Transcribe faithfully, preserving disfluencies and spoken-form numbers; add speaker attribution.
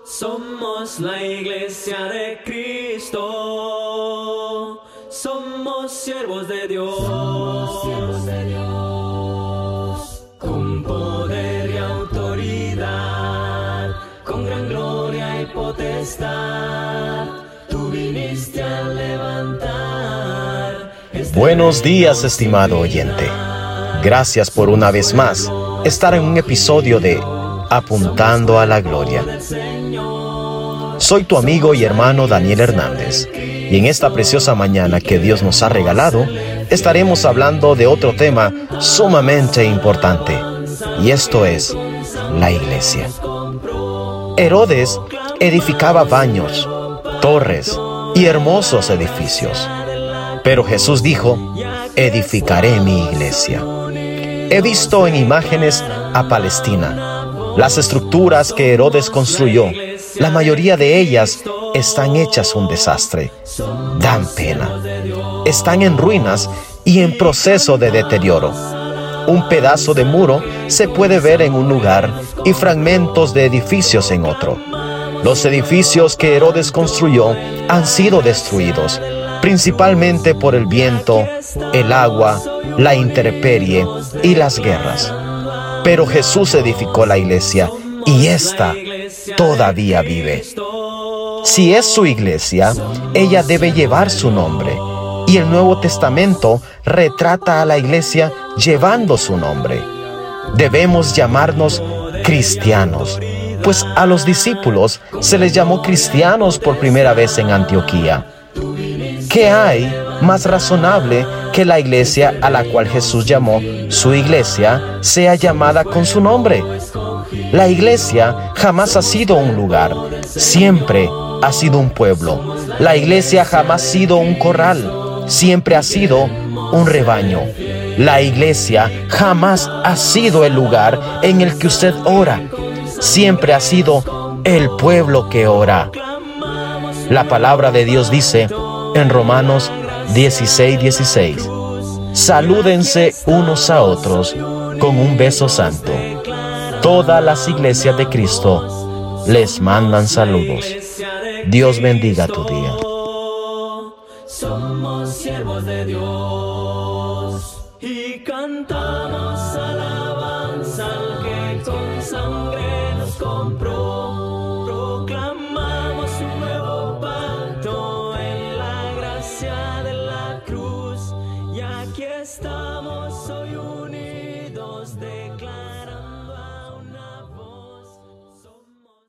Speaker 1: Somos la iglesia de Cristo, somos siervos de Dios, somos siervos de Dios, con poder y autoridad, con gran gloria y potestad, tú viniste a levantar. Este
Speaker 2: Buenos días, estimado oyente. Gracias por una vez más estar en un episodio de Apuntando a la Gloria. Soy tu amigo y hermano Daniel Hernández, y en esta preciosa mañana que Dios nos ha regalado, estaremos hablando de otro tema sumamente importante, y esto es la iglesia. Herodes edificaba baños, torres y hermosos edificios, pero Jesús dijo: edificaré mi iglesia. He visto en imágenes a Palestina. Las estructuras que Herodes construyó, la mayoría de ellas están hechas un desastre. Dan pena. Están en ruinas y en proceso de deterioro. Un pedazo de muro se puede ver en un lugar y fragmentos de edificios en otro. Los edificios que Herodes construyó han sido destruidos, principalmente por el viento, el agua, la intemperie y las guerras. Pero Jesús edificó la iglesia y ésta todavía vive. Si es su iglesia, ella debe llevar su nombre. Y el Nuevo Testamento retrata a la iglesia llevando su nombre. Debemos llamarnos cristianos, pues a los discípulos se les llamó cristianos por primera vez en Antioquía. ¿Qué hay más razonable que la iglesia a la cual Jesús llamó su iglesia sea llamada con su nombre? La iglesia jamás ha sido un lugar, siempre ha sido un pueblo. La iglesia jamás ha sido un corral, siempre ha sido un rebaño. La iglesia jamás ha sido el lugar en el que usted ora, siempre ha sido el pueblo que ora. La palabra de Dios dice en Romanos dieciséis, dieciséis: salúdense unos a otros con un beso santo. Todas las iglesias de Cristo les mandan saludos. Dios bendiga tu día.